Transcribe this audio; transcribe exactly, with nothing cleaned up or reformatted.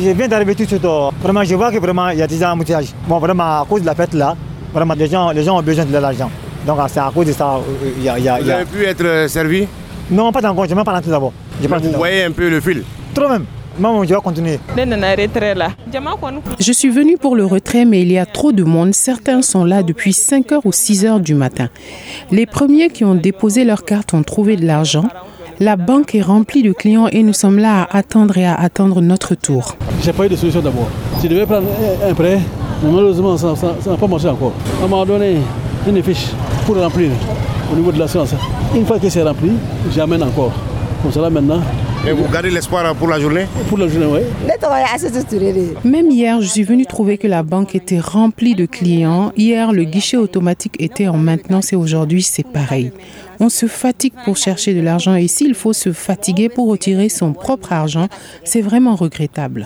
je viens d'arriver tout de suite. Vraiment, je vois que vraiment il y a des embouteillages. Bon, vraiment à cause de la fête là, vraiment les gens, les gens ont besoin de l'argent. Donc c'est à cause de ça. Il y a, il y a, Vous avez pu être servi? Non, pas encore. Je ne vais pas rentrer d'abord. Vous voyez un peu le fil? Trop même. Maman, je vais continuer. Je suis venue pour le retrait, mais il y a trop de monde. Certains sont là depuis cinq heures ou six heures du matin. Les premiers qui ont déposé leur carte ont trouvé de l'argent. La banque est remplie de clients et nous sommes là à attendre et à attendre notre tour. Je n'ai pas eu de solution d'abord. Je devais prendre un prêt, mais malheureusement, ça n'a pas marché encore. On m'a donné une fiche pour remplir au niveau de l'assurance. Une fois que c'est rempli, j'amène encore. Comme cela maintenant. Et vous gardez l'espoir pour la journée? Pour la journée, oui. Même hier, je suis venue trouver que la banque était remplie de clients. Hier, le guichet automatique était en maintenance et aujourd'hui, c'est pareil. On se fatigue pour chercher de l'argent et s'il faut se fatiguer pour retirer son propre argent, c'est vraiment regrettable.